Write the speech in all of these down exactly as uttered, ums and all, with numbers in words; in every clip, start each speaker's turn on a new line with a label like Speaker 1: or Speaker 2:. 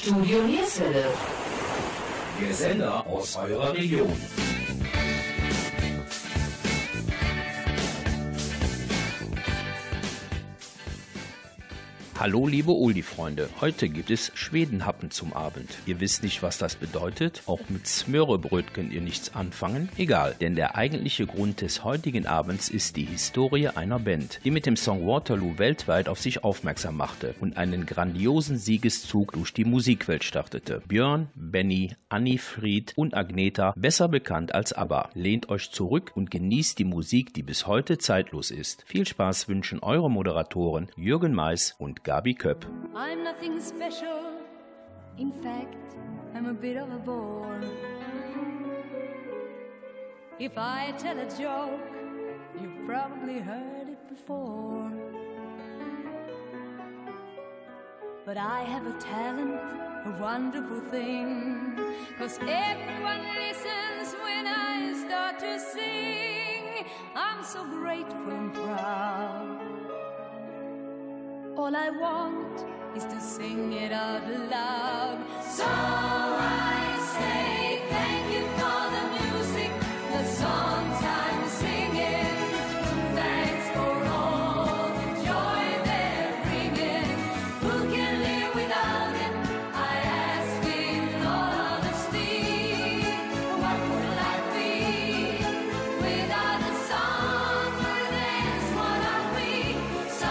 Speaker 1: Studio Nierswelle.
Speaker 2: Der Sender aus eurer Region.
Speaker 3: Hallo liebe Oldie-Freunde, heute gibt es Schwedenhappen zum Abend. Ihr wisst nicht, was das bedeutet? Auch mit Smørrebrød könnt ihr nichts anfangen? Egal, denn der eigentliche Grund des heutigen Abends ist die Historie einer Band, die mit dem Song Waterloo weltweit auf sich aufmerksam machte und einen grandiosen Siegeszug durch die Musikwelt startete. Björn, Benny, Anni Fried und Agneta, besser bekannt als ABBA. Lehnt euch zurück und genießt die Musik, die bis heute zeitlos ist. Viel Spaß wünschen eure Moderatoren Jürgen Mais und Gabi Köpp.
Speaker 4: I'm nothing special. In fact, I'm a bit of a bore. If I tell a joke, you've probably heard it before. But I have a talent, a wonderful thing, 'cause everyone listens when I start to sing. I'm so grateful and proud. All I want is to sing it out loud. So I say thank you for the music, the songs I'm singing. Thanks for all the joy they're bringing. Who can live without it? I ask in all honesty. What would life be without a song or a dance? What are we? So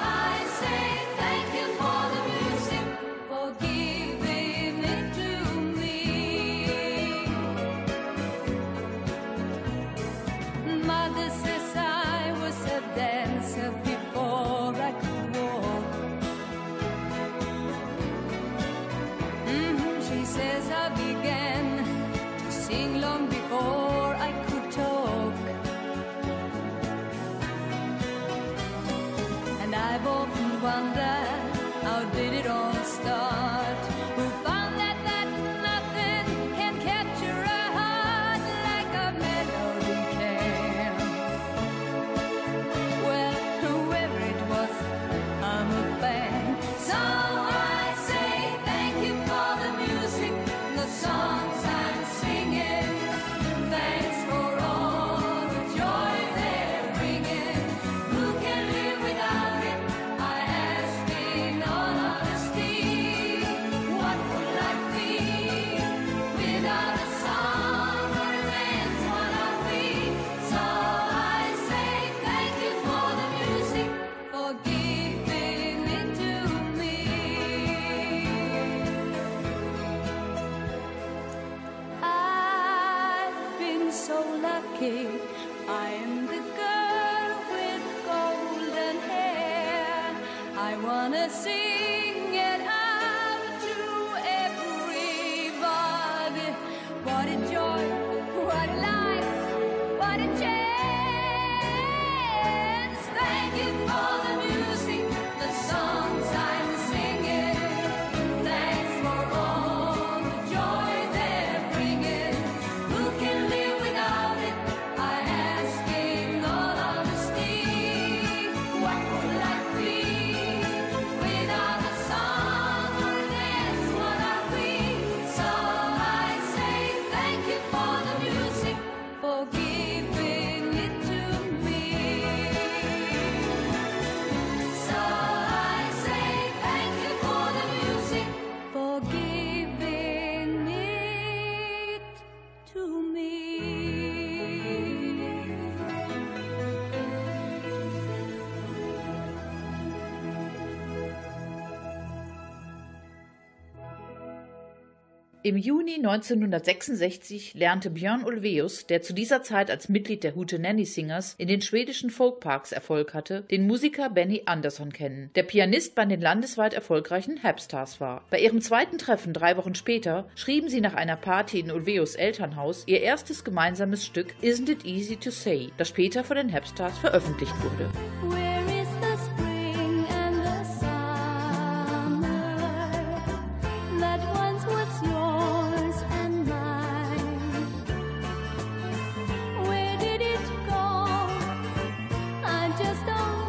Speaker 5: Im Juni neunzehnhundertsechsundsechzig lernte Björn Ulvaeus, der zu dieser Zeit als Mitglied der Hootenanny Singers in den schwedischen Folkparks Erfolg hatte, den Musiker Benny Andersson kennen, der Pianist bei den landesweit erfolgreichen Hapstars war. Bei ihrem zweiten Treffen drei Wochen später schrieben sie nach einer Party in Ulvaeus Elternhaus ihr erstes gemeinsames Stück Isn't It Easy to Say, das später von den Hapstars veröffentlicht wurde.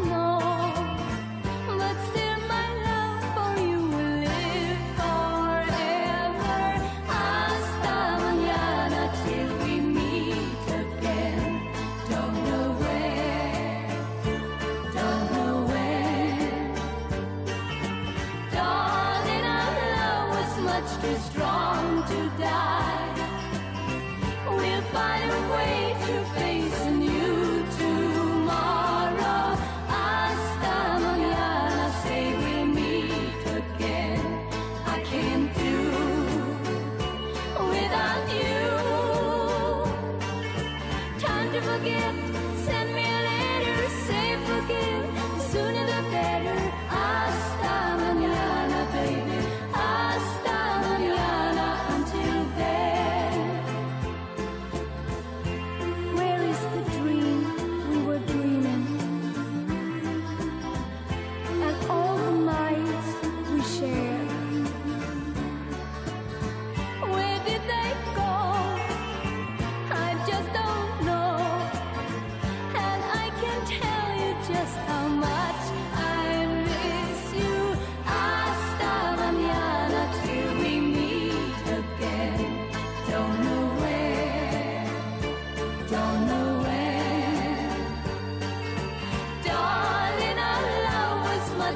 Speaker 4: But still my love for you will live forever.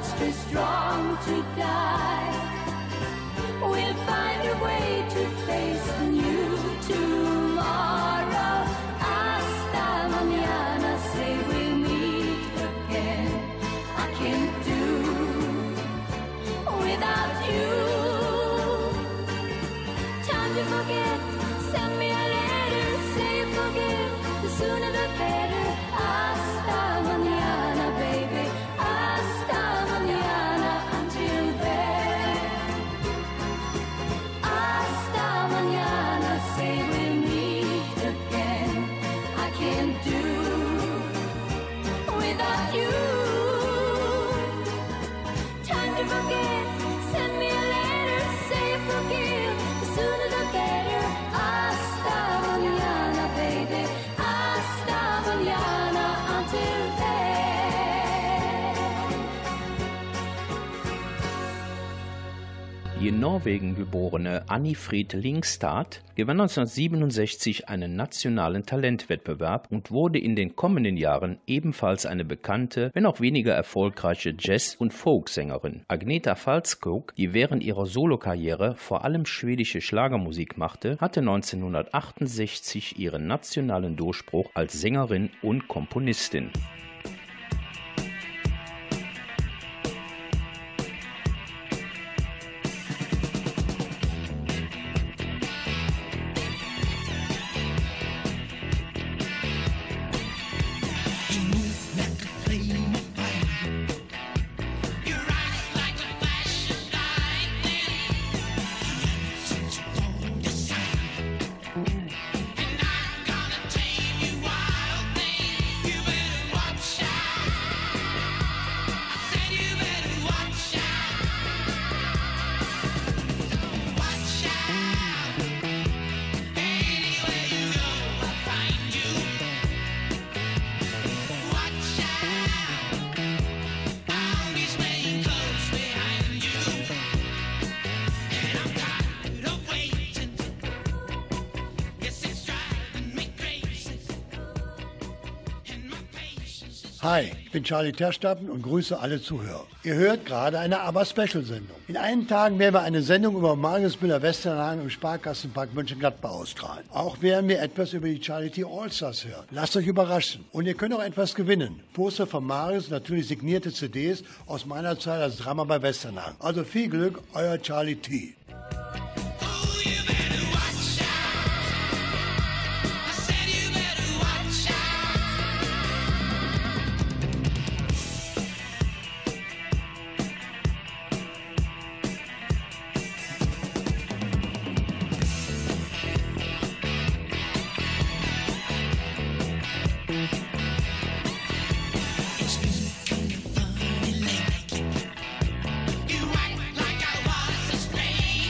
Speaker 4: much too strong to die. We'll find a way to face a new tomorrow. Hasta mañana, say we'll meet again. I can't do without you. Time to forget, send me a letter, say forgive, the sooner the better. Hasta mañana, baby, hasta mañana, until then. Hasta mañana, say we'll meet again. I can't do without you. Time to forget, send me a letter, say forgive, the sooner the better. Hasta mañana, baby, hasta mañana, until then.
Speaker 3: Die in Norwegen geborene Annifrid Lyngstad gewann neunzehnhundertsiebenundsechzig einen nationalen Talentwettbewerb und wurde in den kommenden Jahren ebenfalls eine bekannte, wenn auch weniger erfolgreiche Jazz- und Folksängerin. Agneta Falskog, die während ihrer Solokarriere vor allem schwedische Schlagermusik machte, hatte neunzehnhundertachtundsechzig ihren nationalen Durchbruch als Sängerin und Komponistin.
Speaker 1: Hi, ich bin Charlie Terstappen und grüße alle Zuhörer. Ihr hört gerade eine ABBA-Special-Sendung. In einigen Tagen werden wir eine Sendung über Marius Müller-Westernhagen im Sparkassenpark Mönchengladbach ausstrahlen. Auch werden wir etwas über die Charity All-Stars hören. Lasst euch überraschen. Und ihr könnt auch etwas gewinnen. Poster von Marius, natürlich signierte C Ds aus meiner Zeit als Drama bei Westernhagen. Also viel Glück, euer Charlie T.
Speaker 6: You act like I was a stranger.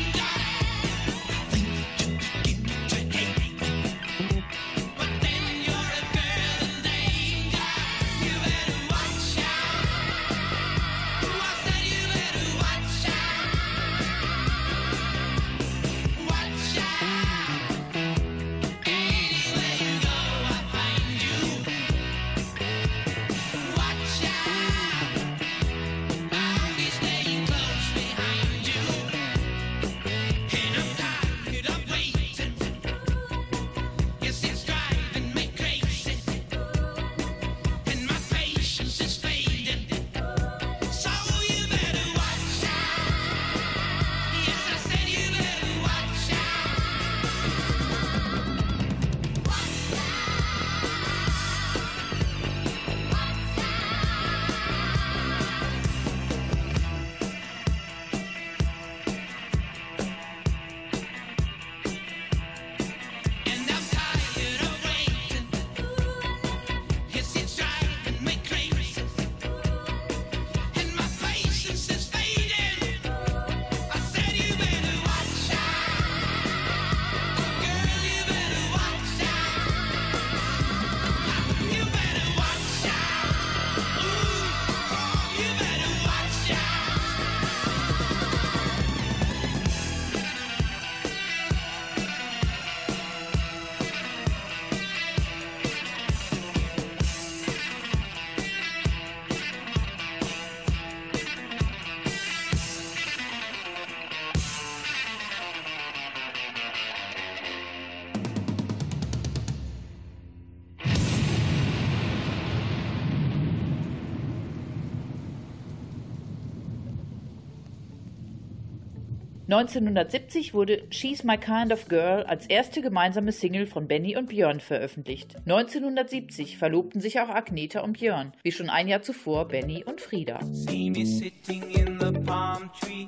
Speaker 5: neunzehnhundertsiebzig wurde She's My Kind of Girl als erste gemeinsame Single von Benny und Björn veröffentlicht. neunzehnhundertsiebzig verlobten sich auch Agneta und Björn, wie schon ein Jahr zuvor Benny und Frida.
Speaker 6: See me sitting in the palm tree,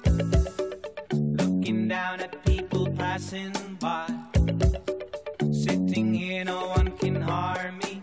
Speaker 6: looking down at people passing by. Sitting here, no one can harm me.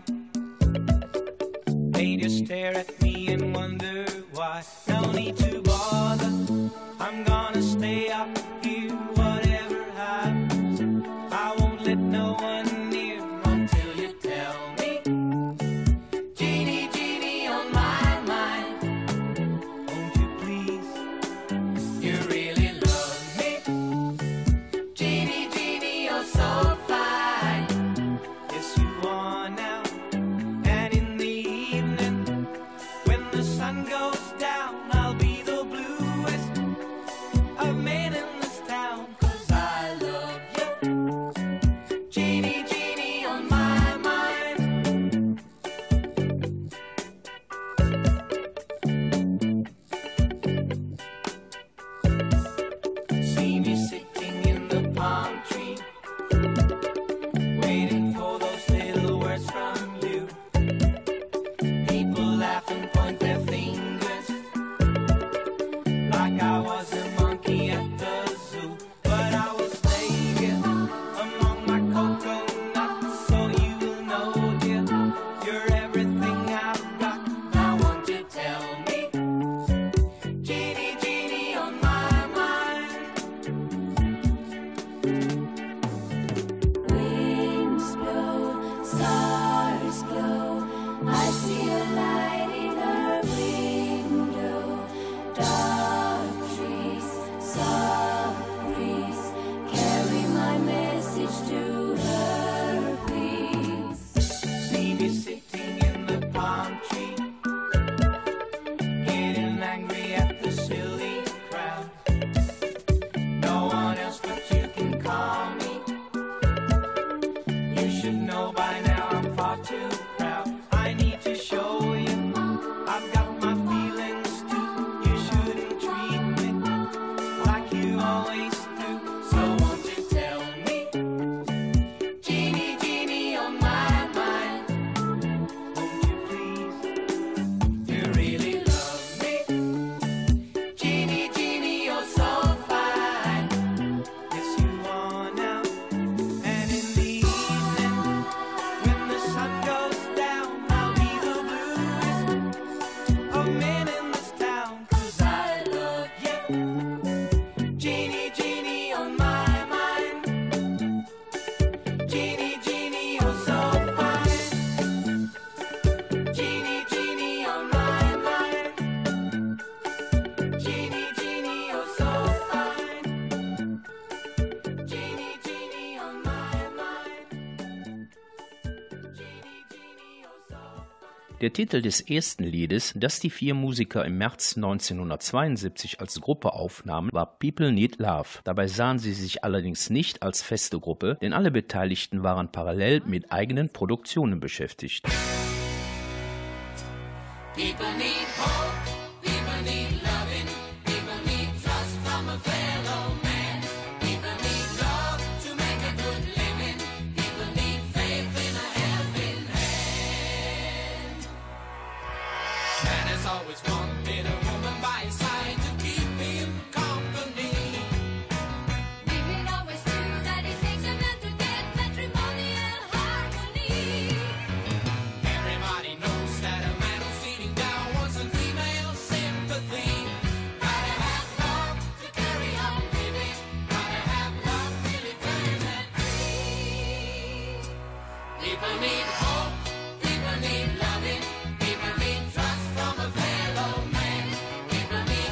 Speaker 6: They just stare at me and wonder why. No need to bother, I'm gonna stay up here, whatever happens. I won't let no one near until you tell me. Genie, genie on my mind, won't you please? You really love me. Genie, genie, you're so fine. Yes, you are now. And in the evening, when the sun goes down, I'll be the bluest of men in this town, 'cause I love you. Genie, genie on my mind. See me sitting in the palm tree, waiting for those little words from you. People laugh and point their fingers like I was a monkey at the zoo. But I will stay here among my coconuts, so you will know, dear, you're everything I've got. Now won't you tell me, Genie, genie on my mind.
Speaker 4: Winds blow, stars glow. I see a light in her window. Dark trees, soft breeze, carry my message to her, please.
Speaker 6: See me sitting in the palm tree, getting angry at the silly crowd. No one else but you can calm me. You should know by now I'm far too proud. I need to show you I've got my feelings too. You shouldn't treat me like you always do. So won't you tell me, Genie, genie on my mind, won't you please? You really love me. Genie, genie, you're so fine. Yes, you are now. And in the evening, when the sun goes down, I'll be the bluest of men in this town, 'cause I love you. Genie, genie on my mind. Genie, genie, you're so fine. Genie, genie on my mind. Genie, genie, you're so fine. Genie, genie on my mind. Genie, genie, you're so fine.
Speaker 3: Der Titel des ersten Liedes, das die vier Musiker im März neunzehnhundertzweiundsiebzig als Gruppe aufnahmen, war People Need Love. Dabei sahen sie sich allerdings nicht als feste Gruppe, denn alle Beteiligten waren parallel mit eigenen Produktionen beschäftigt.
Speaker 6: People need hope, people need loving, people need trust from a fellow man. People need love to make a good living, people need faith in a helping hand. Man has always wanted a woman by his side to keep him company.
Speaker 4: Women always do that. It takes a man to get matrimonial harmony.
Speaker 6: Everybody knows that a man who's feeling down wants some female sympathy. Gotta have love to carry on living. Gotta have love till eternity. People need hope. People need loving. People need trust from a fellow man. People need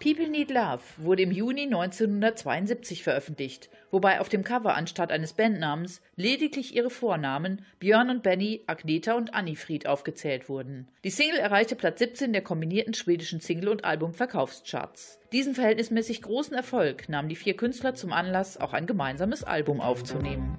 Speaker 5: People Need Love wurde im Juni neunzehnhundertzweiundsiebzig veröffentlicht, wobei auf dem Cover anstatt eines Bandnamens lediglich ihre Vornamen Björn und Benny, Agneta und Annifried aufgezählt wurden. Die Single erreichte Platz siebzehn der kombinierten schwedischen Single- und Albumverkaufscharts. Diesen verhältnismäßig großen Erfolg nahmen die vier Künstler zum Anlass, auch ein gemeinsames Album aufzunehmen.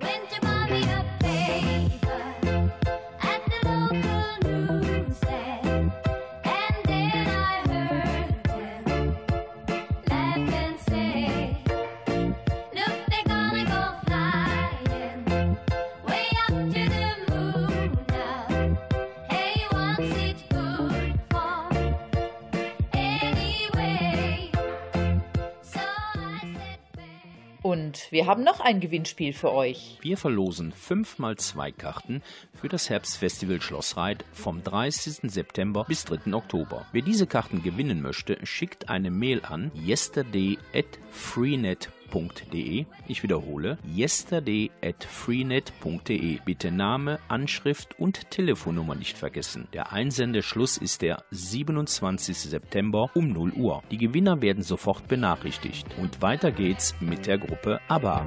Speaker 5: Und wir haben noch ein Gewinnspiel für euch.
Speaker 3: Wir verlosen fünf mal zwei Karten für das Herbstfestival Schlossreit vom dreißigsten September bis dritten Oktober. Wer diese Karten gewinnen möchte, schickt eine Mail an yesterday at freenet punkt de. Ich wiederhole, yesterday at freenet punkt de. Bitte Name, Anschrift und Telefonnummer nicht vergessen. Der Einsendeschluss ist der siebenundzwanzigsten September um null Uhr. Die Gewinner werden sofort benachrichtigt. Und weiter geht's mit der Gruppe ABBA.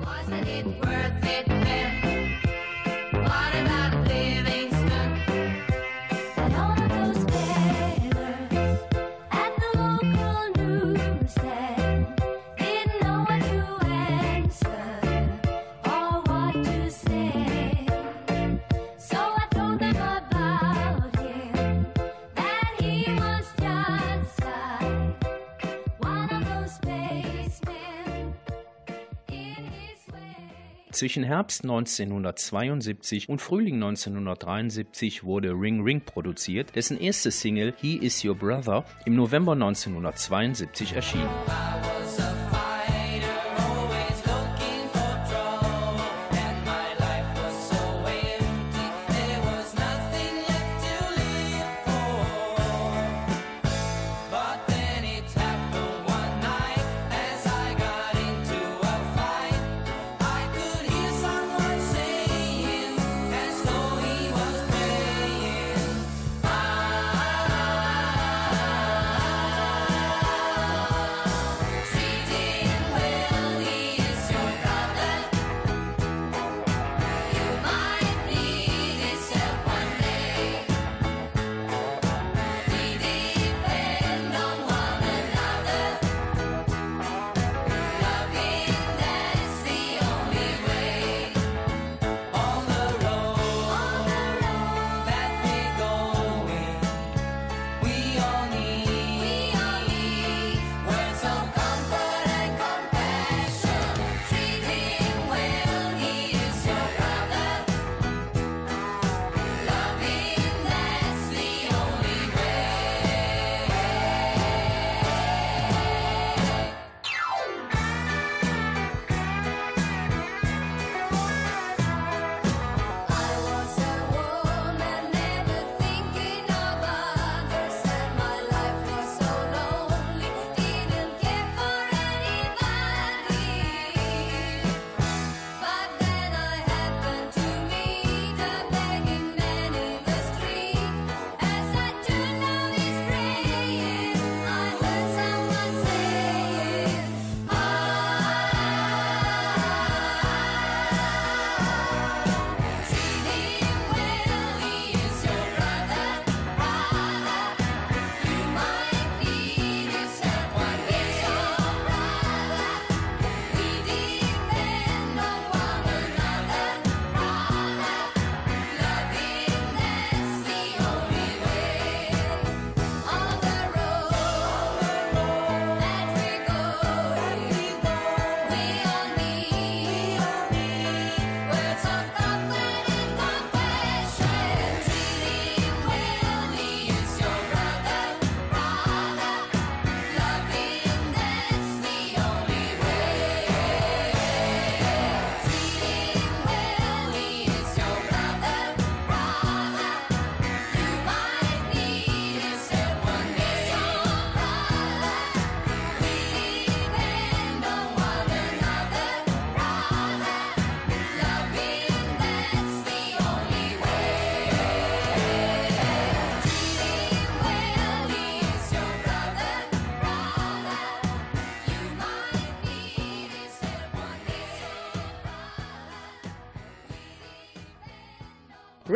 Speaker 3: Zwischen Herbst neunzehnhundertzweiundsiebzig und Frühling neunzehnhundertdreiundsiebzig wurde Ring Ring produziert, dessen erste Single He Is Your Brother im November neunzehnhundertzweiundsiebzig erschien.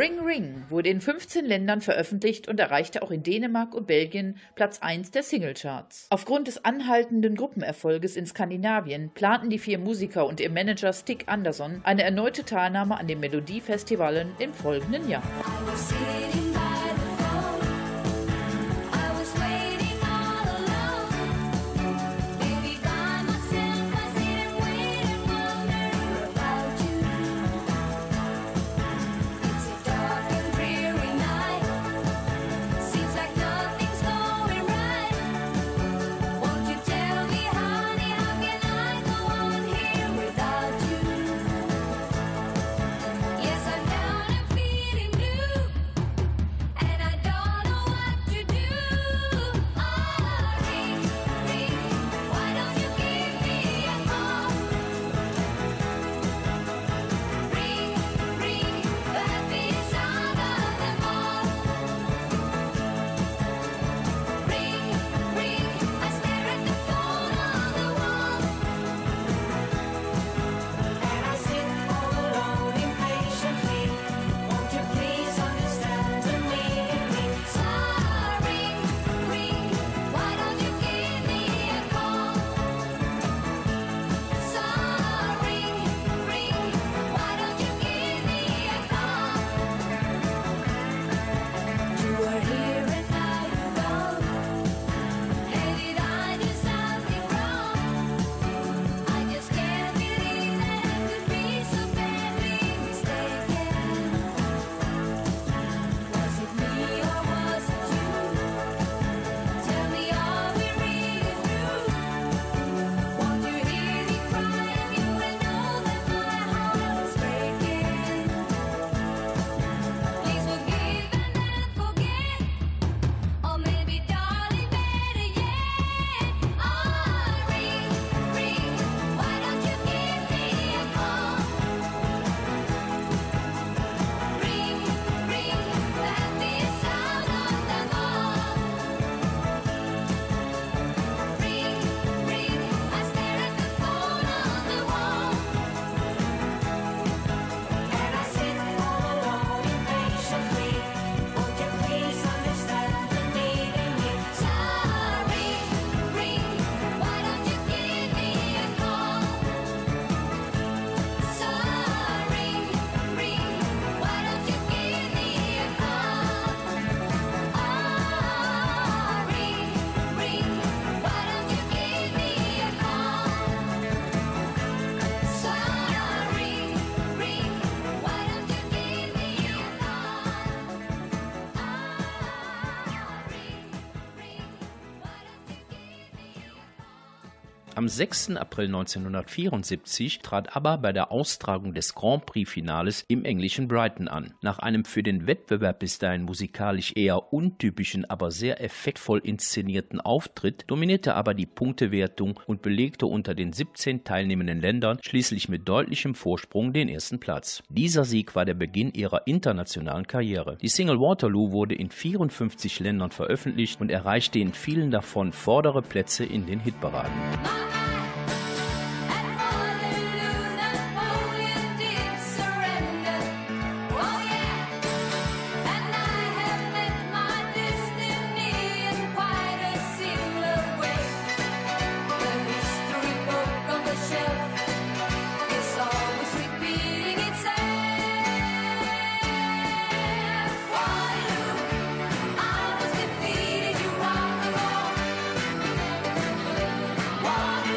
Speaker 5: Ring Ring wurde in fünfzehn Ländern veröffentlicht und erreichte auch in Dänemark und Belgien Platz eins der Singlecharts. Aufgrund des anhaltenden Gruppenerfolges in Skandinavien planten die vier Musiker und ihr Manager Stig Andersson eine erneute Teilnahme an den Melodiefestivalen im folgenden Jahr.
Speaker 4: I was sitting by the phone. I was waiting all alone. Baby, by myself, I sit and wait and wonder about you. It's a dark and dreary night. Seems like nothing's going right. Won't you tell me, honey, how can I go on here without you? Yes, I'm down and feeling blue, and I don't know what to do. Oh, ring, ring, why don't you give me a call? Ring, ring, the happiest sound of them all. Ring, ring, I stare at the phone on the wall, and I sit all alone impatiently. Won't you please understand the meaning me? So ring, ring, why don't you give me a call? So ring, ring, why don't you give me a call? You are here and now you go. Hey, did I do something wrong? I just can't believe that I could be so badly mistaken. Was it me or was it you? Tell me, are we really through? Won't you hear me crying? You will know that my heart is breaking. Please forgive and then forget, or maybe, darling, better yet. Oh, ring, ring, why don't you give me a call? Ring, ring, the happiest sound of them all. Ring, ring, I stare at the phone on the wall, and I sit all alone impatiently. Won't you please understand the meaning me? So ring, ring, why don't you give me a call? So ring, ring, why don't you give me a call? Oh, ring, ring, why don't you give me a call? So ring, ring, why don't you give me a call?
Speaker 3: Am sechsten April neunzehnhundertvierundsiebzig trat ABBA bei der Austragung des Grand Prix-Finales im englischen Brighton an. Nach einem für den Wettbewerb bis dahin musikalisch eher untypischen, aber sehr effektvoll inszenierten Auftritt dominierte ABBA die Punktewertung und belegte unter den siebzehn teilnehmenden Ländern schließlich mit deutlichem Vorsprung den ersten Platz. Dieser Sieg war der Beginn ihrer internationalen Karriere. Die Single Waterloo wurde in vierundfünfzig Ländern veröffentlicht und erreichte in vielen davon vordere Plätze in den Hitparaden.
Speaker 4: Waterloo,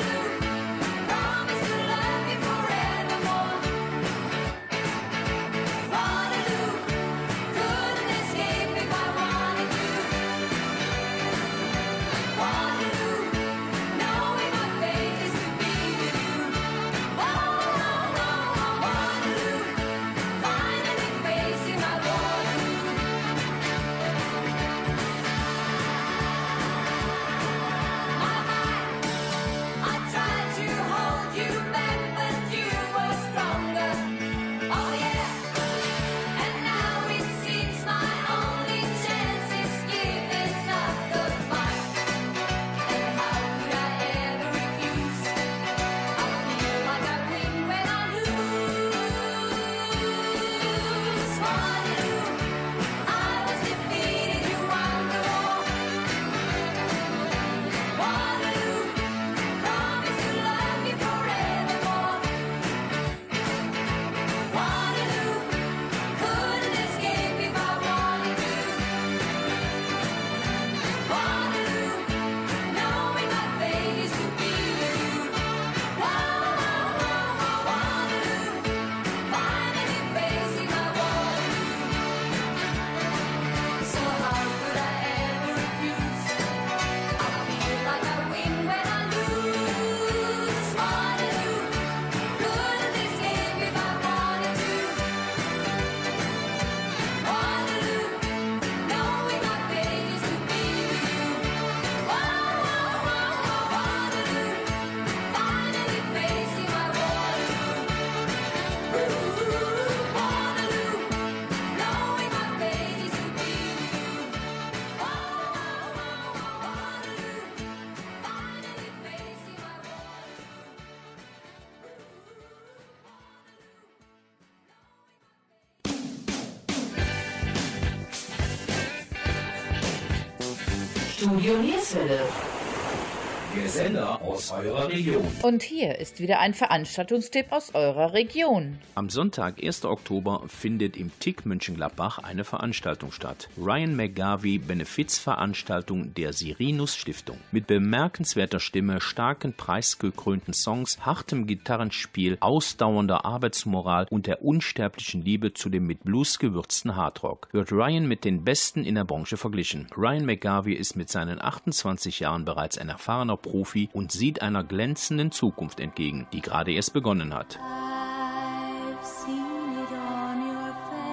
Speaker 5: Studio Nierswelle.
Speaker 2: Der Sender aus eurer Region.
Speaker 5: Und hier ist wieder ein Veranstaltungstipp aus eurer Region.
Speaker 3: Am Sonntag, ersten Oktober, findet im T I C Mönchengladbach eine Veranstaltung statt. Ryan McGarvey Benefizveranstaltung der Sirinus Stiftung. Mit bemerkenswerter Stimme, starken preisgekrönten Songs, hartem Gitarrenspiel, ausdauernder Arbeitsmoral und der unsterblichen Liebe zu dem mit Blues gewürzten Hardrock wird Ryan mit den Besten in der Branche verglichen. Ryan McGarvey ist mit seinen achtundzwanzig Jahren bereits ein erfahrener Profi und sieht einer glänzenden Zukunft entgegen, die gerade erst begonnen hat.
Speaker 4: I've seen it on your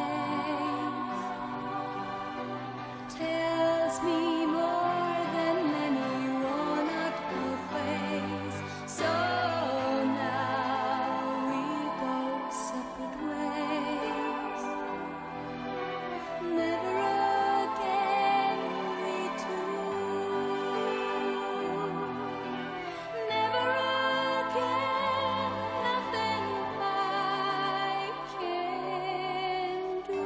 Speaker 4: face. Tells me more than many worn out ways. So now we go separate ways. Never again we two. Never again, nothing I can do.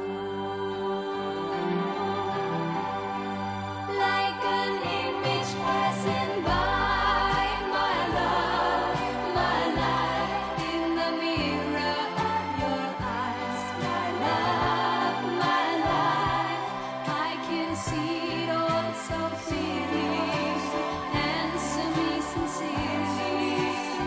Speaker 4: Like an image passing by, my love, my life in the mirror of your eyes, my love, my life. I can see it all so clearly. Answer me sincerely.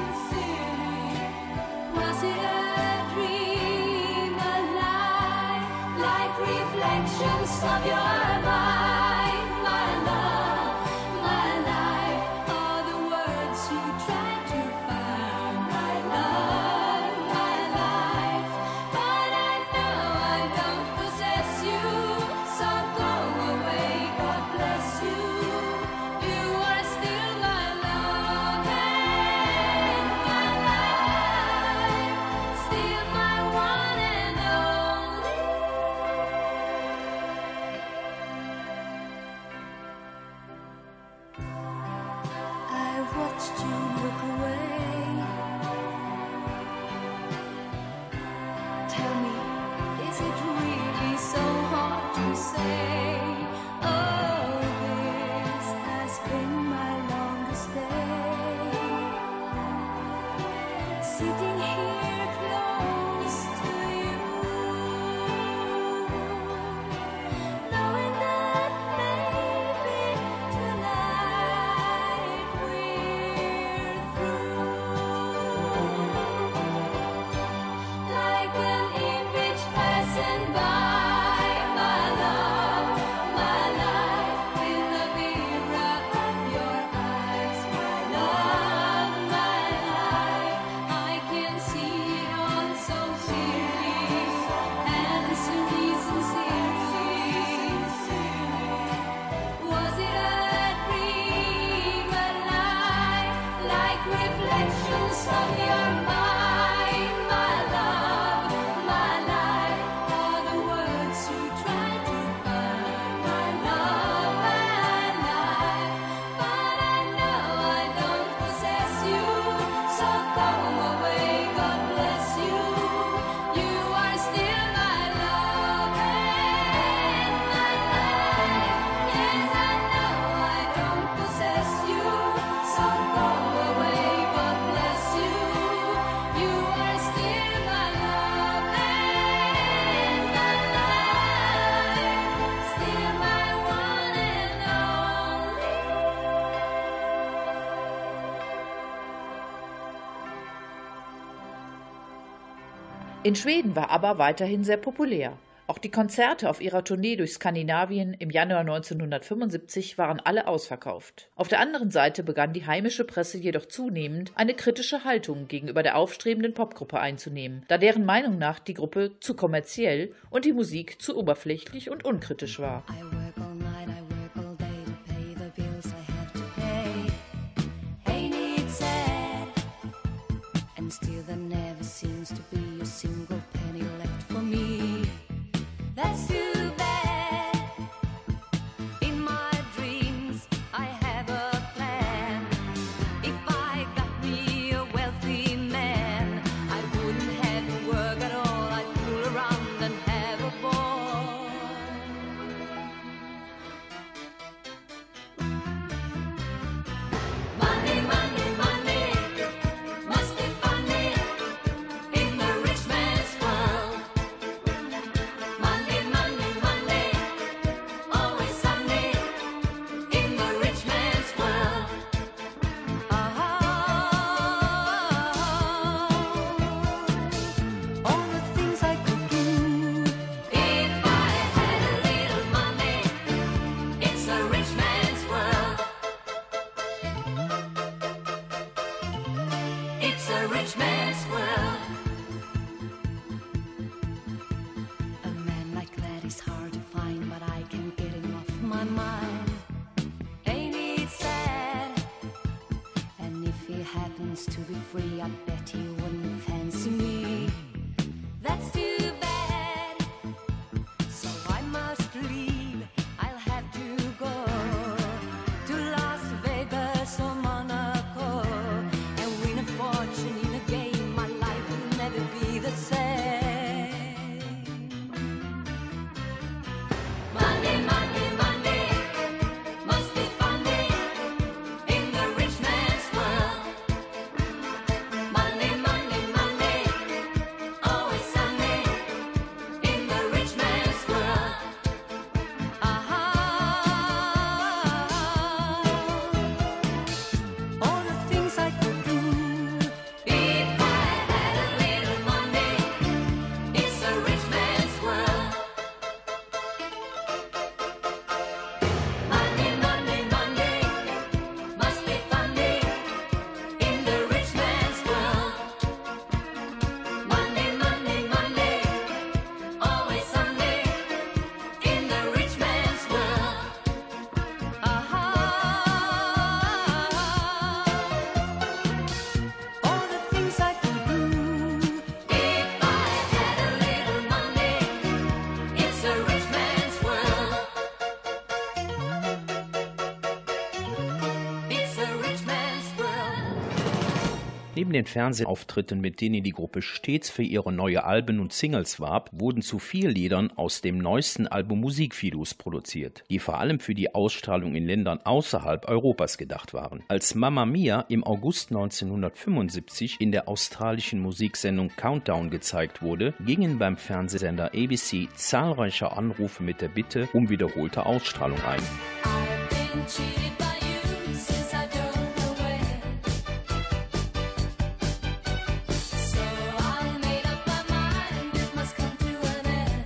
Speaker 4: Was it a dream, a lie, like reflections of your mind, my love, my life? Are the words you try to find, my love, my life? But I know I don't possess you, so go away, God bless you. You are still my love and my life, still my one and only. I watched you look away. Tell me, is it really so hard to say? Oh, this has been my longest day. Sitting here close to you, knowing that maybe tonight we're through. Like an image passing by, my love, my life in the mirror of your eyes, my love, my life. I can see it all so clearly. Answer me sincerely. Was it a dream, a lie, like reflections of your mind, my love, my life? Are the words you try to find, my love, my life? But I know I don't possess you, so go away, God bless you. You are still my love and my life. Yes, I know I don't possess you, so go away, God bless you. You are still my love and my life, still my one and only.
Speaker 5: In Schweden war ABBA weiterhin sehr populär. Auch die Konzerte auf ihrer Tournee durch Skandinavien im Januar neunzehnhundertfünfundsiebzig waren alle ausverkauft. Auf der anderen Seite begann die heimische Presse jedoch zunehmend eine kritische Haltung gegenüber der aufstrebenden Popgruppe einzunehmen, da deren Meinung nach die Gruppe zu kommerziell und die Musik zu oberflächlich und unkritisch war.
Speaker 4: I work all night, I work all day to pay the bills I have to pay. Ain't it sad? And still there never seems to be a single penny left for me. That's too bad. In my dreams, I have a plan. If I got me a wealthy man, I wouldn't have to work at all. I'd fool around and have a ball. chance to be free, I bet he wouldn't fancy me. That's too bad. So I must leave. I'll have to go to Las Vegas or Monaco and win a fortune in a game. My life will never be the same. Monday, Monday, Monday must be fun day in the rich man's world. Monday, Monday, Monday, always Sunday in the rich man's world. Aha! All the things I could do if I had a little Monday. It's a rich man's world. Monday, Monday, Monday must be fun day in the rich man's world. Monday, Monday, Monday, always Sunday in the rich man's world. Aha! All the things I could do if I had a little Monday. It's a rich man's world. It's a rich man's world.
Speaker 3: Neben den Fernsehauftritten, mit denen die Gruppe stets für ihre neue Alben und Singles warb, wurden zu vier Liedern aus dem neuesten Album Musikvideos produziert, die vor allem für die Ausstrahlung in Ländern außerhalb Europas gedacht waren. Als Mamma Mia im August neunzehnhundertfünfundsiebzig in der australischen Musiksendung Countdown gezeigt wurde, gingen beim Fernsehsender A B C zahlreiche Anrufe mit der Bitte um wiederholte Ausstrahlung ein.
Speaker 4: I've been cheated by you since I don't know when. So I made up my mind it must come to an end.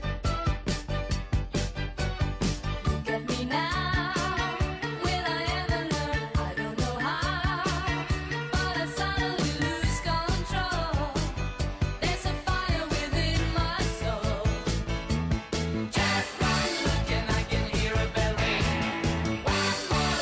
Speaker 4: Look at me now, will I ever learn? I don't know how, but I suddenly lose control. There's a fire within my soul. Just one look and I can hear a bell ring. One more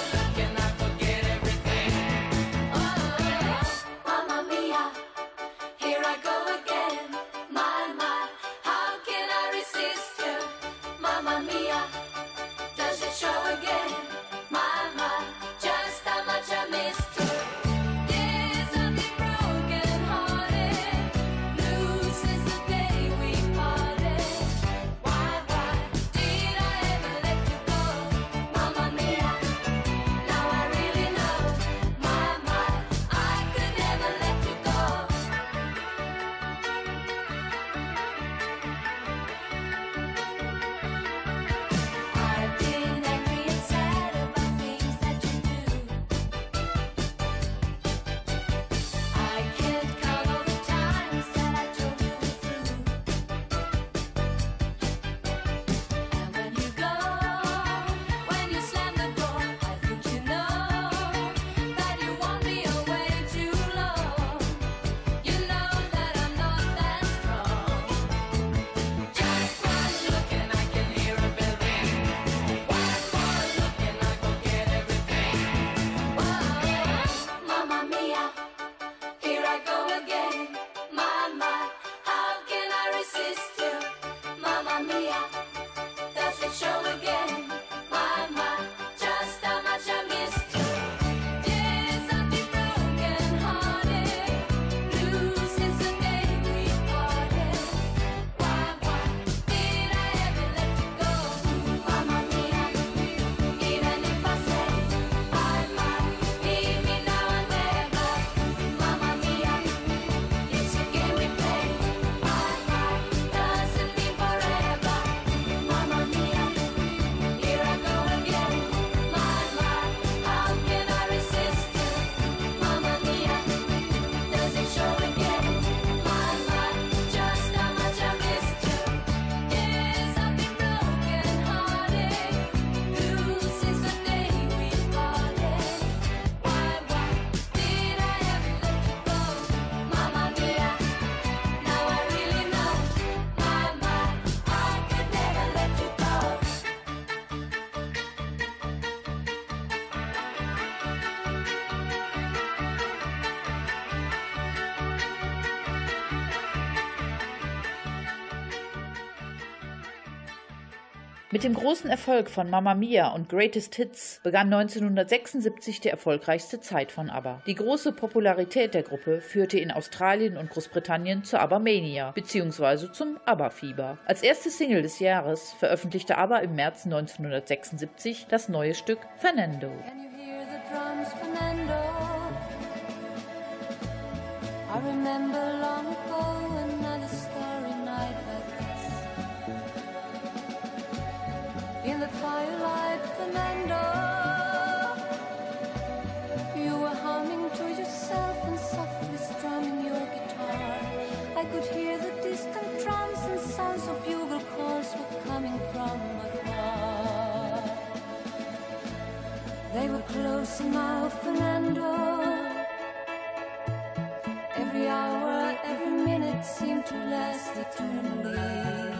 Speaker 5: Mit dem großen Erfolg von Mamma Mia und Greatest Hits begann neunzehnhundertsechsundsiebzig die erfolgreichste Zeit von ABBA. Die große Popularität der Gruppe führte in Australien und Großbritannien zur ABBA-Mania bzw. zum ABBA-Fieber. Als erste Single des Jahres veröffentlichte ABBA im März neunzehnhundertsechsundsiebzig das neue Stück Fernando.
Speaker 4: Can you hear the drums, Fernando? I remember long ago another starry night like this. In the firelight, Fernando, you were humming to yourself and softly strumming your guitar. I could hear the distant drums and sounds of bugle calls were coming from afar. They were close now, Fernando. Every hour, every minute seemed to last eternally.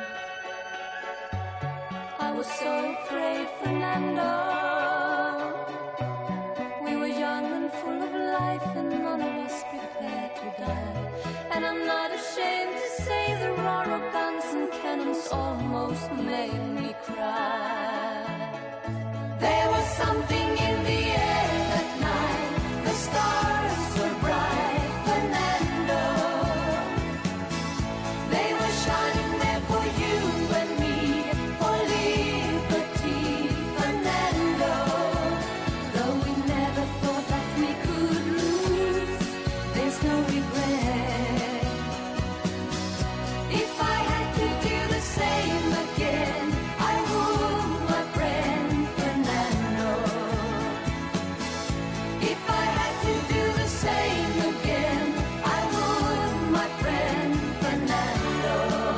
Speaker 4: I was so afraid, Fernando. We were young and full of life, and none of us prepared to die. And I'm not ashamed to say the roar of guns and cannons almost made me cry. There was something in the air that night. The stars were bright, Fernando. They were shining there for you and me, for liberty, Fernando. Though we never thought that we could lose, there's no regret. If I had to do the same again, I would, my friend Fernando. If I had to do the same again, I would, my friend Fernando.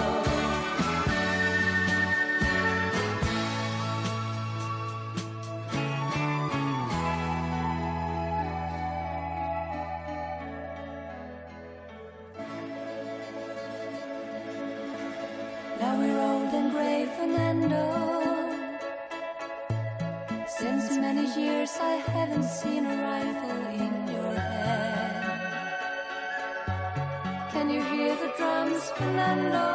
Speaker 4: Now we're old and grey, Fernando. Since many years I haven't seen a rifle in your hand. Can you hear the drums, Fernando?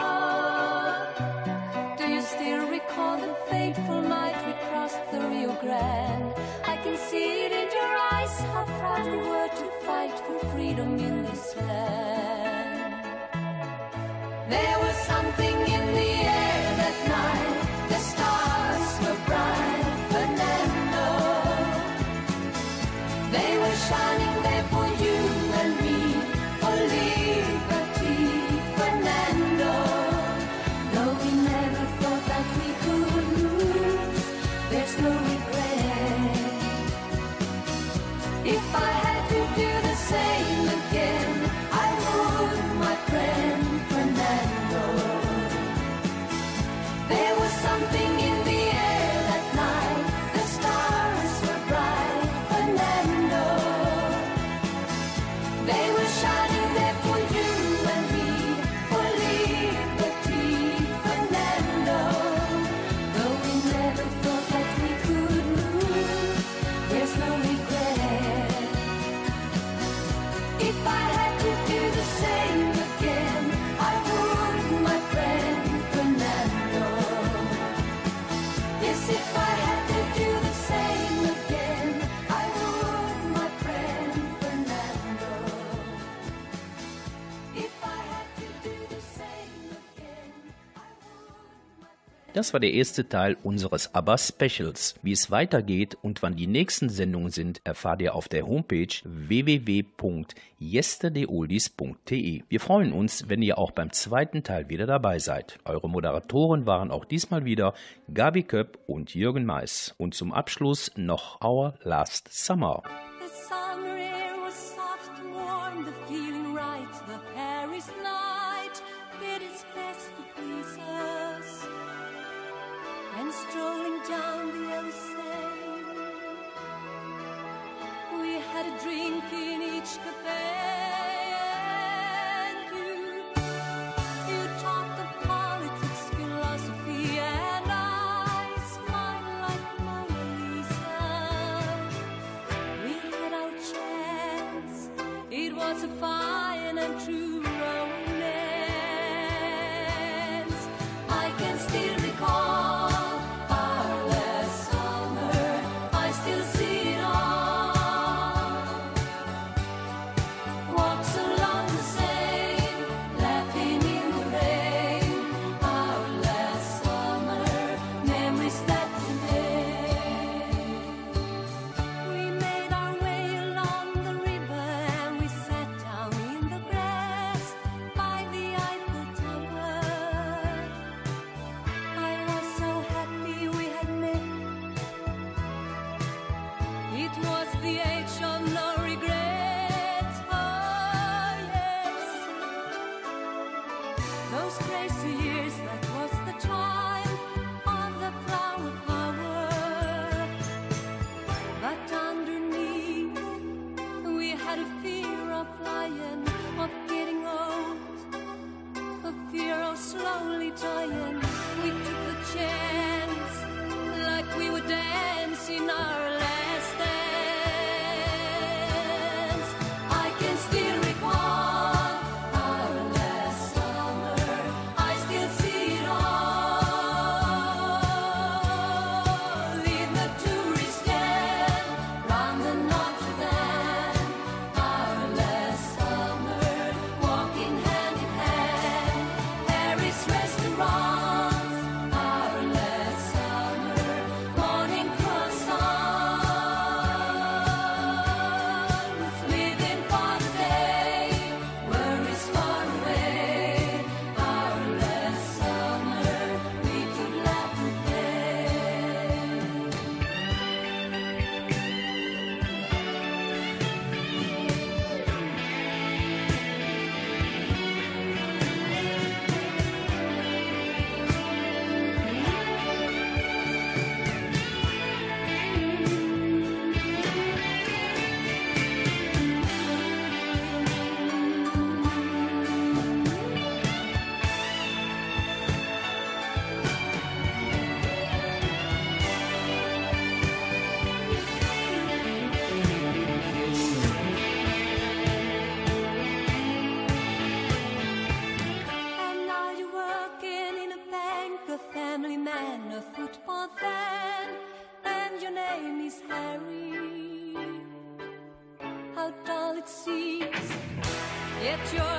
Speaker 4: Do you still recall the fateful night we crossed the Rio Grande? I can see it in your eyes, how proud we were to fight for freedom in this land. There was something in the air that night. The stars were bright, Fernando. They were shining there for you and me, for liberty, Fernando. Though we never thought that we could lose, there's no regret. If I had to do the same again, I would, my friend Fernando. There was something in the air that night. The stars were bright, Fernando. They were shining there for you and me, for liberty, Fernando. Though we never thought that we could lose, there's no regret. If I had to do the same again, I would, my friend Fernando. Yes, if I had to do the same again, I would, my friend Fernando. If I had to do the same again, I would, my friend.
Speaker 3: Das war der erste Teil unseres ABBA Specials. Wie es weitergeht und wann die nächsten Sendungen sind, erfahrt ihr auf der Homepage w w w punkt yesterdayoldies punkt d e. Wir freuen uns, wenn ihr auch beim zweiten Teil wieder dabei seid. Eure Moderatoren waren auch diesmal wieder Gabi Köpp und Jürgen Mais. Und zum Abschluss noch Our Last Summer.
Speaker 4: The summer air was soft and warm, the feeling right, the Paris night did its best to please us. And strolling down the Seine, we had a drink in each cafe. And you, you talked of politics, philosophy, and I smiled like Mona Lisa. We had our chance. It was a fine and true romance. I can still recall your